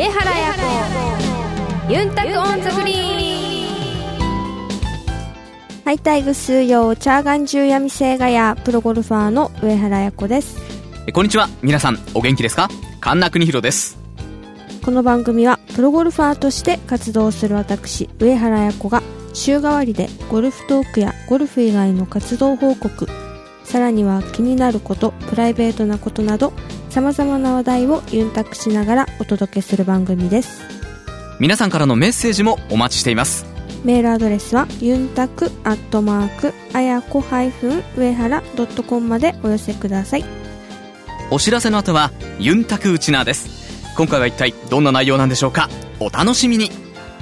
上原彩子ユンタクオンザグリーン。 ハイタイグ数用チャーガンジュヤミセイガヤプロゴルファーの上原彩子です。 こんにちは、皆さんお元気ですか？神田邦弘です。 この番組はプロゴルファーとして活動する私上原彩子が週替わりでゴルフトークやゴルフ以外の活動報告、さらには気になること、プライベートなことなど様々な話題をユンタクしながらお届けする番組です。 皆さんからのメッセージもお待ちしています。 メールアドレスはユンタクあやこ上原.com までお寄せください。 お知らせの後はユンタクウチナーです。今回は一体どんな内容なんでしょうか？お楽しみに。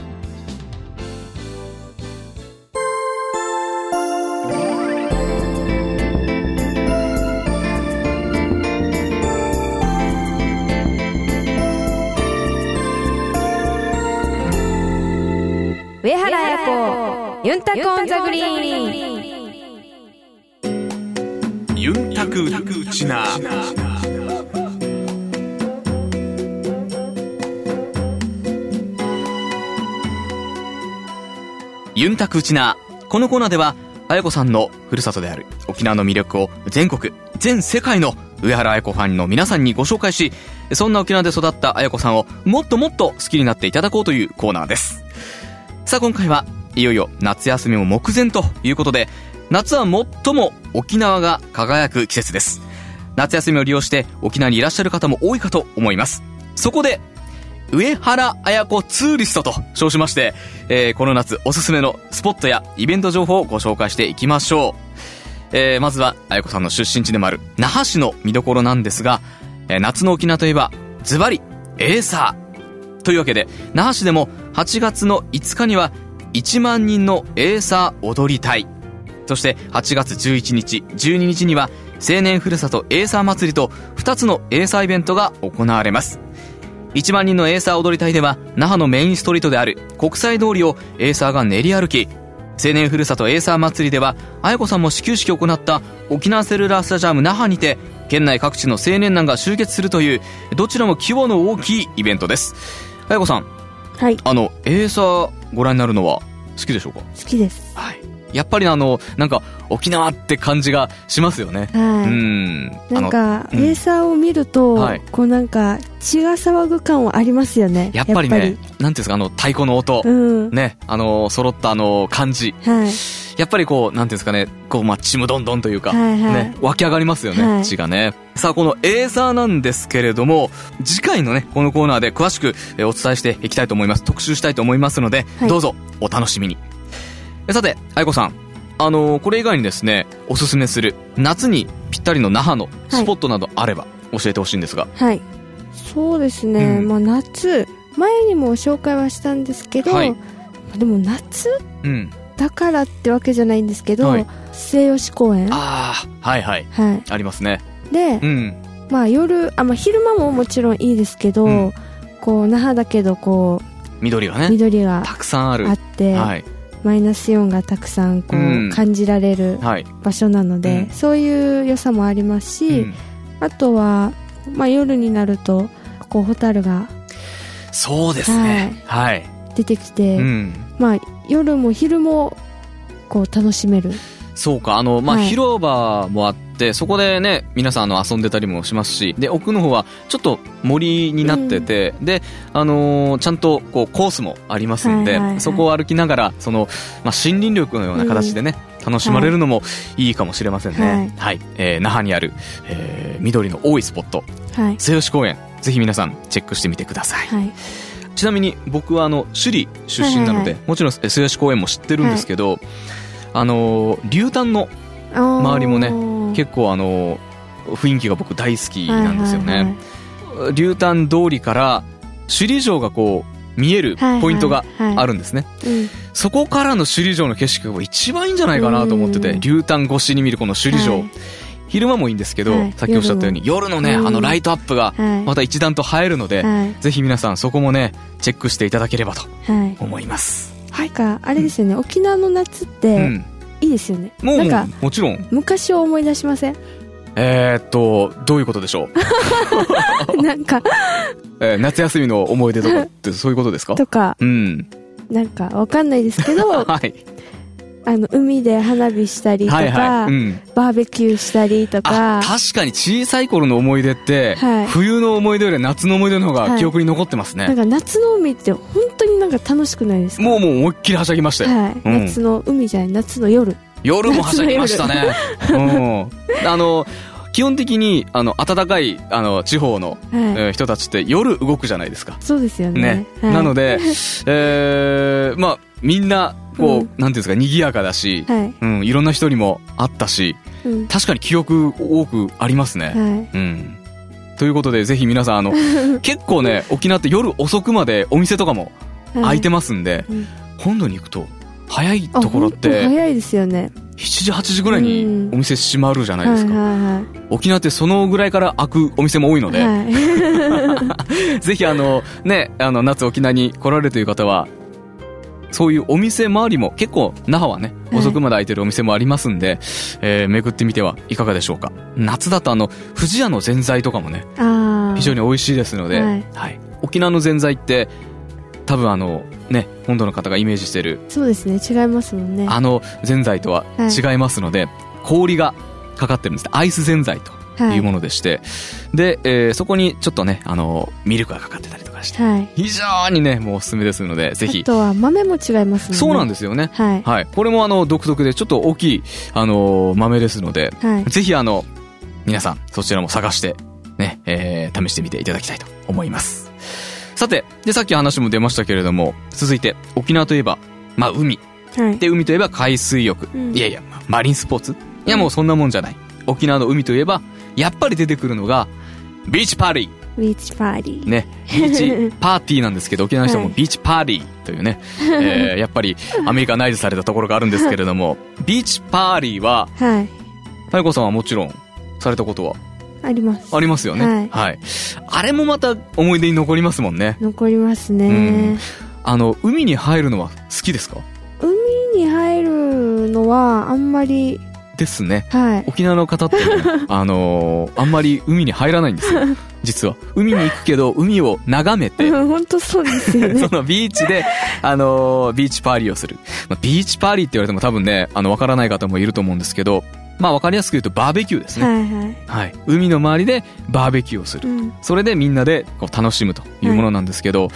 上原彩子ユンタクオンザグリーン。 ユンタクウチナー。ユンタクウチナー。このコーナーでは彩子さんのふるさとである沖縄の魅力を全国全世界の上原彩子ファンの皆さんにご紹介し、そんな沖縄で育った彩子さんをもっともっと好きになっていただこうというコーナーです。さあ今回はいよいよ夏休みも目前ということで、夏は最も沖縄が輝く季節です。夏休みを利用して沖縄にいらっしゃる方も多いかと思います。そこで上原彩子ツーリストと称しまして、この夏おすすめのスポットやイベント情報をご紹介していきましょう。まずは彩子さんの出身地でもある那覇市の見どころなんですが、夏の沖縄といえばズバリエーサーというわけで、那覇市でも8月の5日には1万人のエーサー踊り隊、そして8月11日12日には青年ふるさとエーサー祭りと2つのエーサーイベントが行われます。1万人のエーサー踊り隊では那覇のメインストリートである国際通りをエーサーが練り歩き、青年ふるさとエーサー祭りでは彩子さんも始球式を行った沖縄セルラースタジアム那覇にて県内各地の青年団が集結するという、どちらも規模の大きいイベントです。彩子さん、 はい、 エーサーご覧になるのは好きでしょうか？ 好きです。 はい。やっぱりなんか沖縄って感じがしますよね。 はい。なんかエーサーを見ると、はい、こうなんか血が騒ぐ感はありますよね。 やっぱりね、なんていうんですか、太鼓の音、ね、揃った感じ。はい。やっぱりこう、なんていうんですかね、こう、ちむどんどんというか、はいはい、ね、湧き上がりますよね、はい、血がね。さあ、このエーサーなんですけれども、次回のね、このコーナーで詳しくお伝えしていきたいと思います。特集したいと思いますので、はい、どうぞお楽しみに。さて、彩子さん、これ以外にですね、おすすめする夏にぴったりの那覇のスポットなどあれば教えてほしいんですが。 はい。そうですね、夏、前にも紹介はしたんですけど、はい、でも夏、だからってわけじゃないんですけど、はい、末吉公園。 はいはい。はい。ありますね。 で、夜、昼間ももちろんいいですけど、こう、那覇だけど、こう、緑がたくさんあって、はい、マイナスイオンがたくさんこう、感じられる場所なので、そういう良さもありますし、あとは、夜になるとこうホタルがそうですね、はい、 出てきて、夜も昼もこう楽しめる。 そうか、広場もあって、そこでね、皆さん遊んでたりもしますし、で、奥の方はちょっと森になってて、で、ちゃんとこうコースもありますんで、そこを歩きながら、森林緑のような形でね、楽しまれるのもいいかもしれませんね。はい。那覇にある、緑の多いスポット、末吉公園、ぜひ皆さんチェックしてみてください。はい。ちなみに僕は首里出身なので、もちろん末吉公園も知ってるんですけど、竜潭の周りもね、結構雰囲気が僕大好きなんですよね。竜潭通りから首里城がこう見えるポイントがあるんですね。そこからの首里城の景色が一番いいんじゃないかなと思ってて、竜潭越しに見るこの首里城、昼間もいいんですけど、さっきおっしゃったように夜のね、ライトアップがまた一段と映えるので、ぜひ皆さんそこもねチェックしていただければと思います。 なんかあれですよね、沖縄の夏っていいですよね。 なんかもちろん昔を思い出しません？ どういうことでしょうなんか、 夏休みの思い出とかってそういうことですか？ とか、 うん。 なんかわかんないですけど、 はい。 海で花火したりとか、 はいはい、うん、 バーベキューしたりとか。 確かに小さい頃の思い出って、はい、冬の思い出より夏の思い出の方が記憶に残ってますね。 なんか夏の海って本当になんか楽しくないですか？ もう思いっきりはしゃぎましたよ。 はい。夏の海じゃない、夏の夜。 夜もはしゃぎましたね。うん。基本的に暖かい地方の、人たちって夜動くじゃないですか。 そうですよね。 はい、なので、まあみんなこう、なんていうんですか、賑やかだし、はい、うん、いろんな人にも会ったし、うん、確かに記憶多くありますね。はい、うん。ということでぜひ皆さん結構ね沖縄って夜遅くまでお店とかも開いてますんで、はい、本土に行くと早いところって早いですよね。 7時8時ぐらいにお店閉まるじゃないですか、はいはいはい、沖縄ってそのぐらいから開くお店も多いので、はい、ぜひ夏沖縄に来られるという方はそういうお店周りも結構那覇はね遅くまで開いてるお店もありますんで、巡ってみてはいかがでしょうか。夏だと富士屋のぜんざいとかもね非常に美味しいですので、はいはい、沖縄のぜんざいって多分本土の方がイメージしてるそうですね違いますもんね。 ぜんざいとは違いますので、はい、氷がかかってるんです。アイスぜんざいというものでして、はい、で、そこにちょっとねミルクがかかってたりとかして、はい、非常にねもうおすすめですのでぜひ。 あとは豆も違いますもんね。 そうなんですよね、はいはい、これも独特でちょっと大きい豆ですので、はい、ぜひ皆さんそちらも探してね、試してみていただきたいと思います。さて、でさっき話も出ましたけれども、続いて沖縄といえば海、はい、で海といえば海水浴、うん、いやいやマリンスポーツ、いやもうそんなもんじゃない。沖縄の海といえばやっぱり出てくるのがビーチパーティー。 ビーチパーティーね、ビーチパーティーなんですけど沖縄の人もビーチパーティーというね、はい、やっぱりアメリカナイズされたところがあるんですけれどもビーチパーティーは妙子さんはもちろんされたことはあります。 ありますよね、はいはい、あれもまた思い出に残りますもんね。 残りますね、 うん、海に入るのは好きですか？ 海に入るのはあんまりですね、 はい、 沖縄の方ってねあんまり海に入らないんですよ実は。海に行くけど海を眺めて本当そうですよねそのビーチでビーチパーティーをする、ビーチパーティーって言われても多分ねわからない方もいると思うんですけど、わかりやすく言うとバーベキューですね、はいはいはい、海の周りでバーベキューをする、うん、それでみんなでこう楽しむというものなんですけど、はい、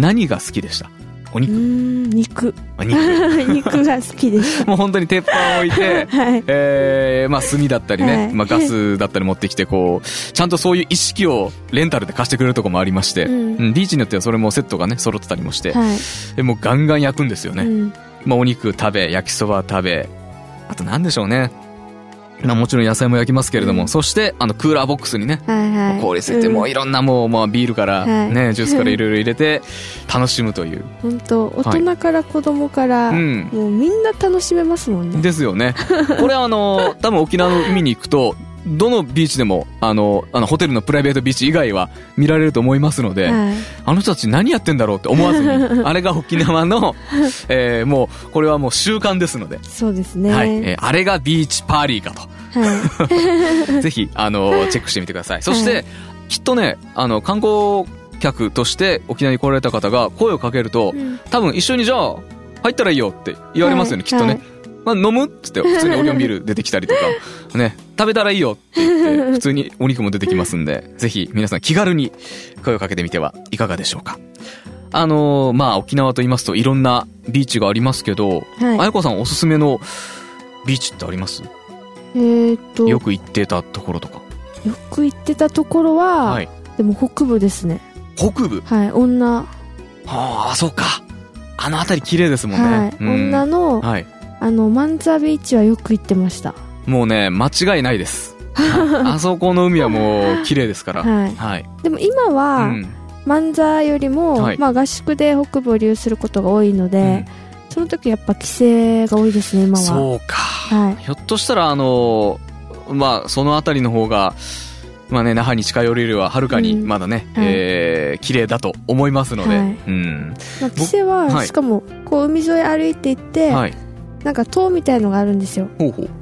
何が好きでした？お肉？ 肉が好きでしたもう本当に鉄板を置いて、はい、炭だったりね、はい、ガスだったり持ってきてこうちゃんとそういう意識をレンタルで貸してくれるとこもありまして、ビーチによってはそれもセットがね揃ってたりもして、はい、もうガンガン焼くんですよね、お肉食べ焼きそば食べ、あと何でしょうね、もちろん野菜も焼きますけれども、そしてクーラーボックスにね、はいはい、氷捨てて、もういろんなもうビールから、ね、ジュースからいろいろ入れて楽しむという本当大人から子供から、もうみんな楽しめますもんね。 ですよね。これ多分沖縄の海に行くとどのビーチでもホテルのプライベートビーチ以外は見られると思いますので、はい、あの人たち何やってんだろうって思わずにあれが沖縄の、もうこれはもう習慣ですので、 そうですね、 はい、あれがビーチパーリーかと、はい、ぜひチェックしてみてください。そして、はい、きっとね観光客として沖縄に来られた方が声をかけると、多分一緒にじゃあ入ったらいいよって言われますよね、はい、きっとね、はい、飲むっつって普通にオリオンビール出てきたりとかね、食べたらいいよって言って普通にお肉も出てきますんでぜひ皆さん気軽に声をかけてみてはいかがでしょうか。沖縄と言いますといろんなビーチがありますけど、はい、あやこさんおすすめのビーチってあります？よく行ってたところとか。 よく行ってたところは、はい、でも北部ですね。 北部？ はい、女。 はあ、そうか。辺り綺麗ですもんね。 はい、女の、はい、マンザビーチはよく行ってました。 もうね間違いないですあそこの海はもう綺麗ですから、はいはい、 でも今は、マンザよりも、はい、合宿で北部を利用することが多いので、その時やっぱ規制が多いですね今は。 そうか、はい、ひょっとしたらその辺りの方が那覇に近寄るよりははるかにまだね、綺麗だと思いますので、はい、 規制は、しかもこう海沿い歩いていって、なんか塔みたいのがあるんですよ。ほうほう。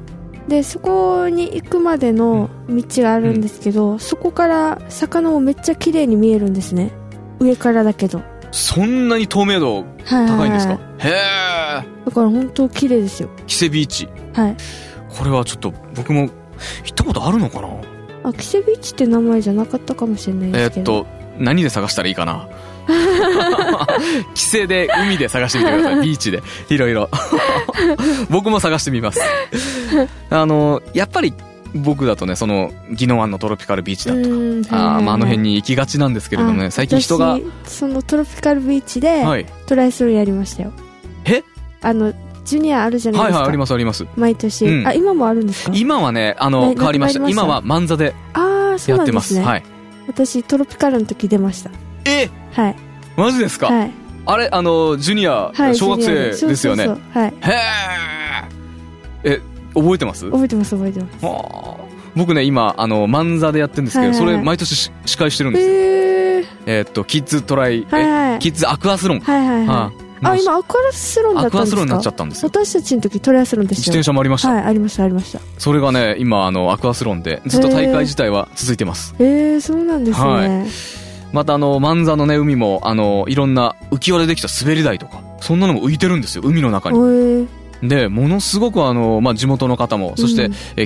でそこに行くまでの道があるんですけど、そこから魚もめっちゃ綺麗に見えるんですね、上からだけど。 そんなに透明度高いんですか？へえ。 だから本当綺麗ですよ。 キセビーチ。 はい。 これはちょっと僕も行ったことあるのかな。 あ、キセビーチって名前じゃなかったかもしれないですけど。 何で探したらいいかな。キセで海で探してみてください。ビーチでいろいろ僕も探してみます。やっぱり僕だとね、その宜野湾のトロピカルビーチだとか、あの辺に行きがちなんですけれどもね、最近人がそのトロピカルビーチでトライアスロンやりましたよ。ジュニアあるじゃないですか。はいはい、ありますあります。毎年、今もあるんですか？今はね、変わりました。今は万座でやってます。はい。私トロピカルの時出ました。はい。マジですか？はい。あれ、ジュニア、小学生ですよね。はい。へー。覚えてます？覚えてます覚えてます。僕ね、今万座でやってるんですけど、それ毎年司会してるんですよ。キッズトライ、キッズアクアスロン。はいはいはい。今アクアスロンだったんですか？アクアスロンになっちゃったんですよ。私たちの時トライアスロンでしたよ。自転車もありました。はい、ありましたありました。それがね、今アクアスロンでずっと大会自体は続いてます。そうなんですね。はい。また万座のね、海もいろんな浮き輪でできた滑り台とか、そんなのも浮いてるんですよ、海の中に。で、ものすごく地元の方も、そして、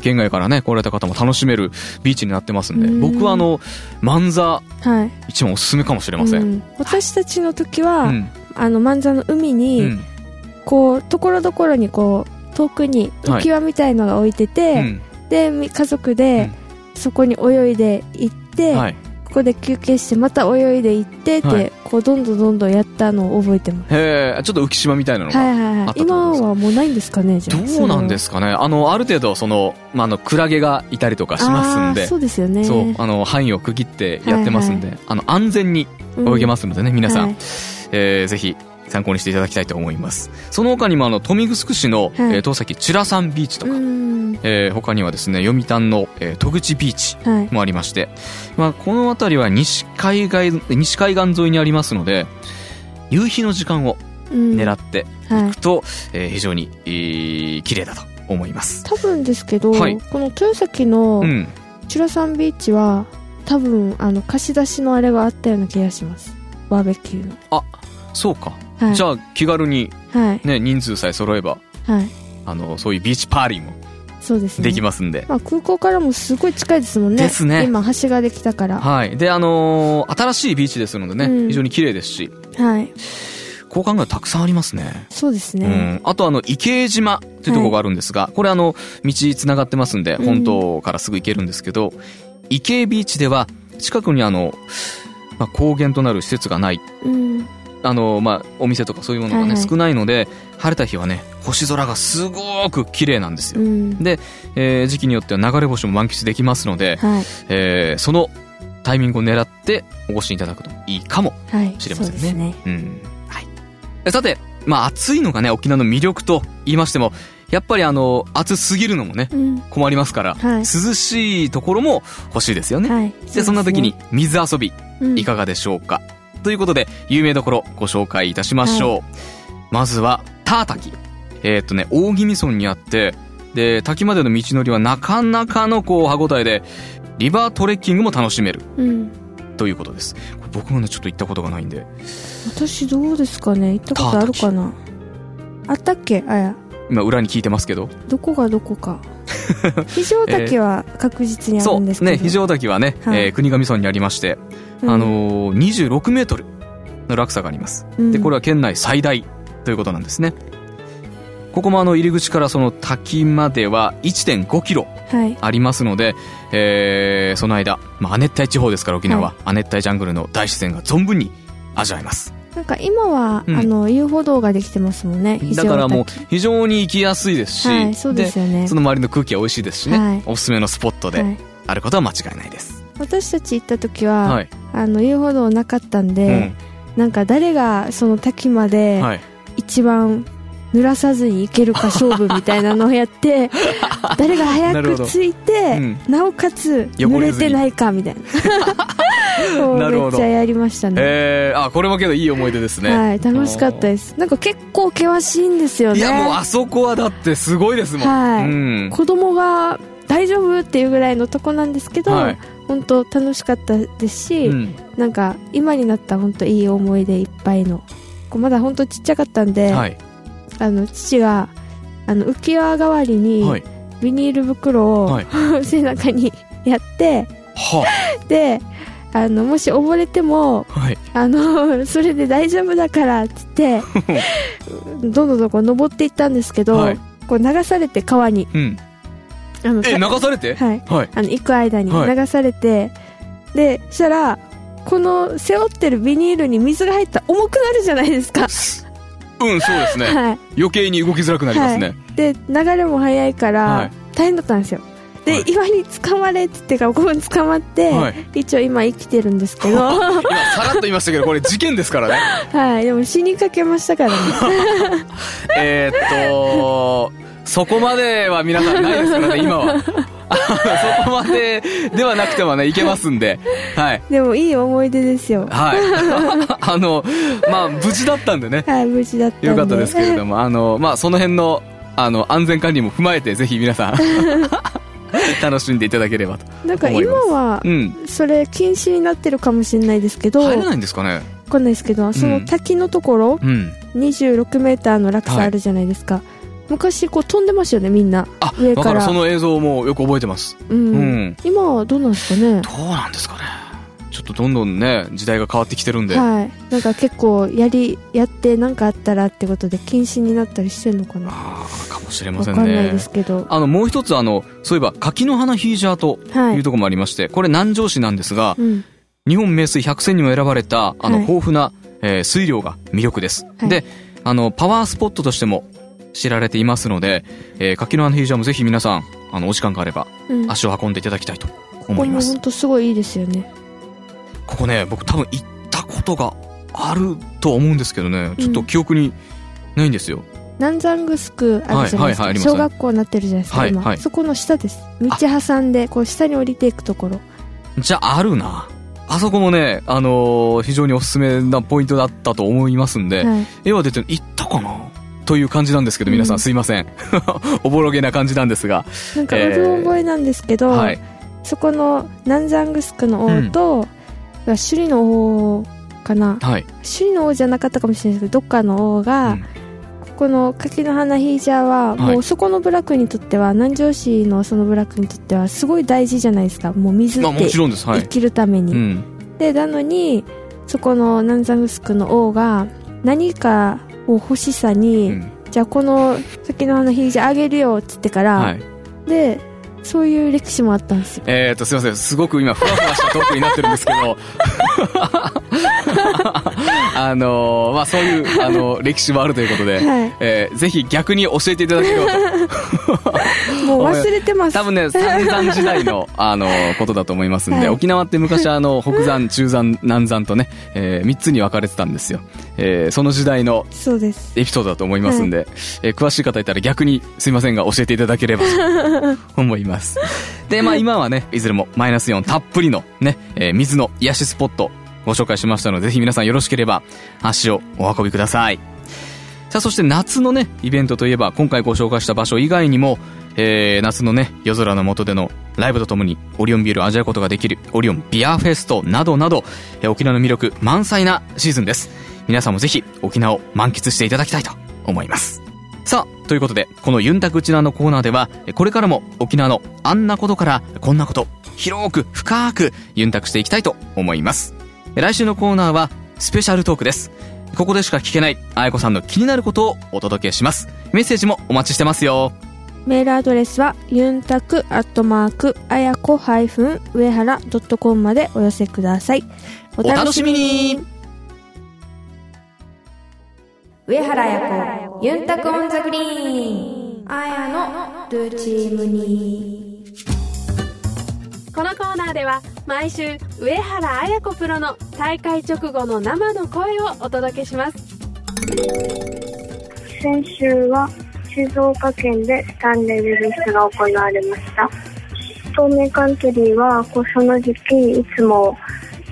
県外からね、来られた方も楽しめるビーチになってますんで、僕は万座、一番おすすめかもしれません。私たちの時は、万座の海に、こう、ところどころにこう、遠くに浮き輪みたいのが置いてて、で、家族で、そこに泳いで行って、ここで休憩してまた泳いで行ってって、こうどんどんやったのを覚えてます。へえ、ちょっと浮島みたいなのがあったと。今はもうないんですかね？じゃあどうなんですかね。ある程度クラゲがいたりとかしますんで、そうですよね。そう、範囲を区切ってやってますんで、安全に泳げますのでね、皆さん、ぜひ参考にしていただきたいと思います。その他にも豊見城市の遠崎チラサンビーチとか、他にはですね、読谷の戸口ビーチもありまして、この辺りは西海岸沿いにありますので、夕日の時間を狙っていくと、非常に綺麗だと思います。多分ですけど、この豊崎のチラサンビーチは多分貸し出しのあれがあったような気がします。バーベキューの。あ、そうか。じゃあ気軽にね、人数さえ揃えば、そういうビーチパーリーもできますんで、空港からもすごい近いですもんね。ですね。今橋ができたから。はい。で新しいビーチですのでね、非常に綺麗ですし、はい。交換がたくさんありますね。そうですね。あと池江島というところがあるんですが、これ道つながってますんで、本島からすぐ行けるんですけど、池江ビーチでは近くに高原となる施設がない。お店とかそういうものがね、少ないので、晴れた日はね、星空がすごく綺麗なんですよ。で、時期によっては流れ星も満喫できますので、そのタイミングを狙ってお越しいただくといいかもしれませんね。さて、暑いのがね、沖縄の魅力と言いましても、やっぱり暑すぎるのもね、困りますから、涼しいところも欲しいですよね。で、そんな時に水遊び、いかがでしょうか。ということで、有名どころご紹介いたしましょう。まずは、ター滝。大宜味村にあって、で、滝までの道のりはなかなかの歯応えで、リバートレッキングも楽しめる。ということです。僕もね、ちょっと行ったことがないんで。私どうですかね？行ったことあるかな？あったっけ？今、裏に聞いてますけど。どこがどこか。非常滝は確実にあるんですけど。そうね、非常滝はね、国頭村にありまして、26メートルの落差があります。で、これは県内最大ということなんですね。ここも入り口からその滝までは 1.5 キロありますので、その間、亜熱帯地方ですから沖縄は、亜熱帯ジャングルの大自然が存分に味わえます。なんか今は、遊歩道ができてますもんね。だからもう非常に行きやすいですし、そうですよね。その周りの空気は美味しいですしね、おすすめのスポットであることは間違いないです。私たち行った時は、遊歩道なかったんで、なんか誰がその滝まで一番濡らさずに行けるか勝負みたいなのをやって誰が早く着いて、なおかつ濡れてないかみたいなもうなるほど。 めっちゃやりましたね。 これもけどいい思い出ですね。 はい、楽しかったです。なんか結構険しいんですよね。 いや、もうあそこはだってすごいですもん。 はい、 うん、 子供が大丈夫っていうぐらいのとこなんですけど、 はい、 本当楽しかったですし、 うん、 なんか今になったら本当いい思い出いっぱいの。まだ本当ちっちゃかったんで、 はい、 父が浮き輪代わりにビニール袋を、はい、背中にやって、 はあ、でもし溺れても、 はい、 それで大丈夫だからって言ってどんどんこう登っていったんですけど、はい、こう流されて川に、 うん、流されて、 はい、 はい、 行く間に流されて、はい、でそしたらこの背負ってるビニールに水が入ったら重くなるじゃないですか。 うん、そうですね、はい、余計に動きづらくなりますね、はい、 で流れも速いから、はい、大変だったんですよ。で、はい、岩に捕まれって言ってからここに捕まって、はい、一応今生きてるんですけど今さらっと言いましたけどこれ事件ですからねはい、でも死にかけましたからねそこまでは皆さんないですからね今はそこまでではなくてもねいけますんで、はい、 でもいい思い出ですよ。 はいまあ無事だったんでね、 はい、無事だったんでよかったですけれどもまあその辺の安全管理も踏まえてぜひ皆さん楽しんでいただければと思います。なんか今は、うん、それ禁止になってるかもしれないですけど、 入れないんですかね、 分かんないですけど、その滝のところ、うん、26メーターの落差あるじゃないですか、はい、昔こう飛んでましたよねみんな上から。 だからその映像もよく覚えてます、 うんうん、今はどうなんですかね。 どうなんですかね。ちょっとどんどんね時代が変わってきてるんで、 はい、なんか結構やって何かあったらってことで禁止になったりしてるのかな。 かもしれませんね。 分かんないですけど、 もう一つそういえば柿の花ヒージャーというところもありまして、はい、これ南城市なんですが、うん、日本名水100選にも選ばれた豊富な、水量が魅力です、はい、でパワースポットとしても知られていますので、柿の花ヒージャーもぜひ皆さんお時間があれば足を運んでいただきたいと思います。 ここも本当すごいいいですよね。 ここね僕多分行ったことがあると思うんですけどね、ちょっと記憶にないんですよ。 南山グスクあるじゃないですか、はいはい、小学校になってるじゃないですか、今、はい、そこの下です。道挟んでこう下に降りていくところ。 じゃああるなあそこもね、非常におすすめなポイントだったと思いますんで、はい、絵は出て行ったかなという感じなんですけど、皆さんすいませんおぼろげな感じなんですが、 なんかうろ覚えなんですけど、はい、そこの南山グスクの王と、首里の王かな、はい、首里の王じゃなかったかもしれないですけどどっかの王が、この柿の花ヒージャーはもうそこの部落にとっては、南城市のその部落にとってはすごい大事じゃないですか。もう水って生きるために、でなのにそこの南山グスクの王が何かを欲しさに、じゃあこの柿の花ヒージャーあげるよって言ってから、でそういう歴史もあったんですよ。 すいません、すごく今ふわふわしたトークになってるんですけどまあそういう歴史もあるということで、はい、ぜひ逆に教えていただければともう忘れてます。 多分ね三山時代のことだと思いますんで、はい、沖縄って昔北山中山南山とね、3つに分かれてたんですよ。その時代のエピソードだと思いますんで、はい、詳しい方いたら逆にすいませんが教えていただければと思いますで、まあ今はねいずれもマイナスイオンたっぷりのね、水の癒しスポットご紹介しましたので、ぜひ皆さんよろしければ足をお運びください。さあそして夏のねイベントといえば今回ご紹介した場所以外にも、夏のね夜空の下でのライブとともにオリオンビールを味わうことができるオリオンビアフェストなどなど、沖縄の魅力満載なシーズンです。皆さんもぜひ沖縄を満喫していただきたいと思います。さあということで、このユンタクウチナのコーナーではこれからも沖縄のあんなことからこんなこと広く深くユンタクしていきたいと思います。来週のコーナーはスペシャルトークです。ここでしか聞けないあやこさんの気になることをお届けします。メッセージもお待ちしてますよ。 メールアドレスはユンタクあやこ上原.com までお寄せください。 お楽しみに。 上原彩子ユンタクオンザグリーン、あやのルーチームに。 このコーナーでは毎週上原彩子プロの大会直後の生の声をお届けします。 先週は静岡県でスタンレーレースが行われました。東名カントリーはその時期いつも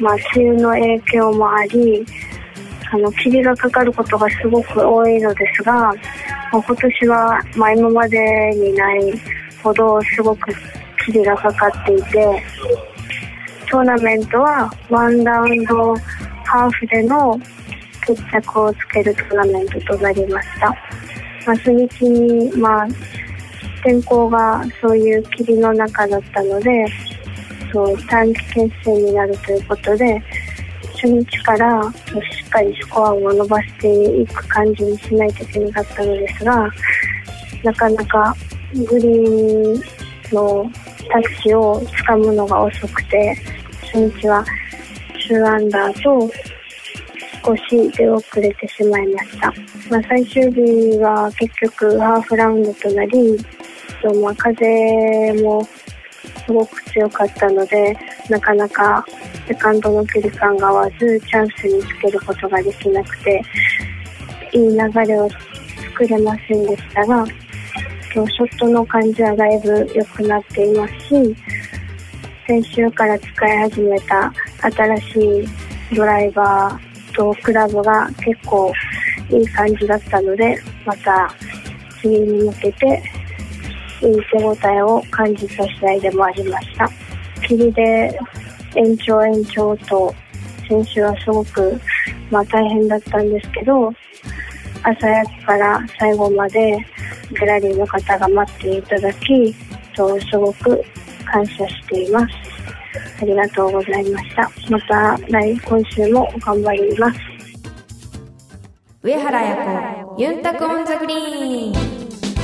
梅雨の影響もあり、霧がかかることがすごく多いのですが、今年は今までにないほどすごく霧がかかっていて、トーナメントは1ラウンドハーフでの決着をつけるトーナメントとなりました。初日に天候がそういう霧の中だったので、短期決戦になるということで、初日からしっかりスコアを伸ばしていく感じにしないといけなかったのですが、なかなかグリーンのタッチをつかむのが遅くて、初日は2アンダーと少し出遅れてしまいました。最終日は結局ハーフラウンドとなり、風もすごく強かったので、なかなかセカンドの距離感が合わずチャンスにつけることができなくて、いい流れを作れませんでしたが、今日ショットの感じはだいぶ良くなっていますし、先週から使い始めた新しいドライバーとクラブが結構いい感じだったので、また次に向けていい手応えを感じた試合でもありました。霧で延長と先週はすごく大変だったんですけど、朝早くから最後までギャラリーの方が待っていただき、すごく感謝しています。ありがとうございました。また今週も頑張ります。 上原彩子ユンタクオンザグリーン。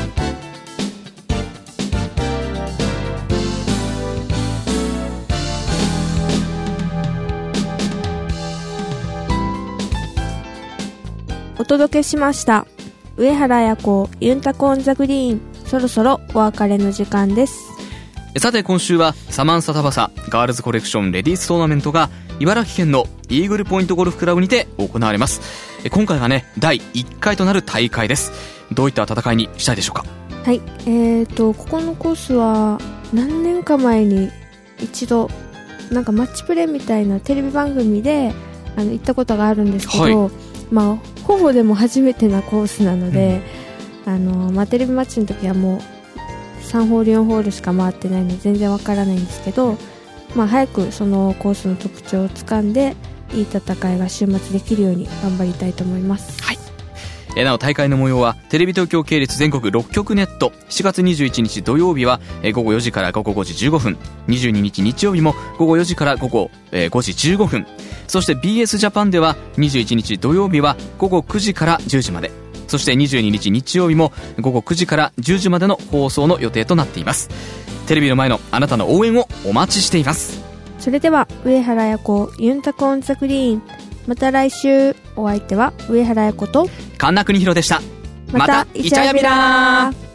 お届けしました上原彩子ユンタクオンザグリーン。そろそろお別れの時間です。 さて今週はサマンサタバサガールズコレクションレディーストーナメントが茨城県のイーグルポイントゴルフクラブにて行われます。今回がね第1回となる大会です。どういった戦いにしたいでしょうか。 はい、ここのコースは何年か前に一度マッチプレーみたいなテレビ番組で行ったことがあるんですけど、ほぼでも初めてなコースなので、テレビマッチの時はもう3ホール4ホールしか回ってないので全然わからないんですけど、早くそのコースの特徴をつかんでいい戦いが週末できるように頑張りたいと思います。 はい。なお大会の模様はテレビ東京系列全国6局ネット、7月21日土曜日は午後4時から午後5時15分、22日日曜日も午後4時から午後5時15分、そして BS ジャパンでは21日土曜日は午後9時から10時まで、そして22日日曜日も午後9時から10時までの放送の予定となっています。テレビの前のあなたの応援をお待ちしています。 それでは上原彩子ユンタクオンザグリーン、また来週。お相手は上原彩子と神田邦弘でした。 またイチャヤビラー。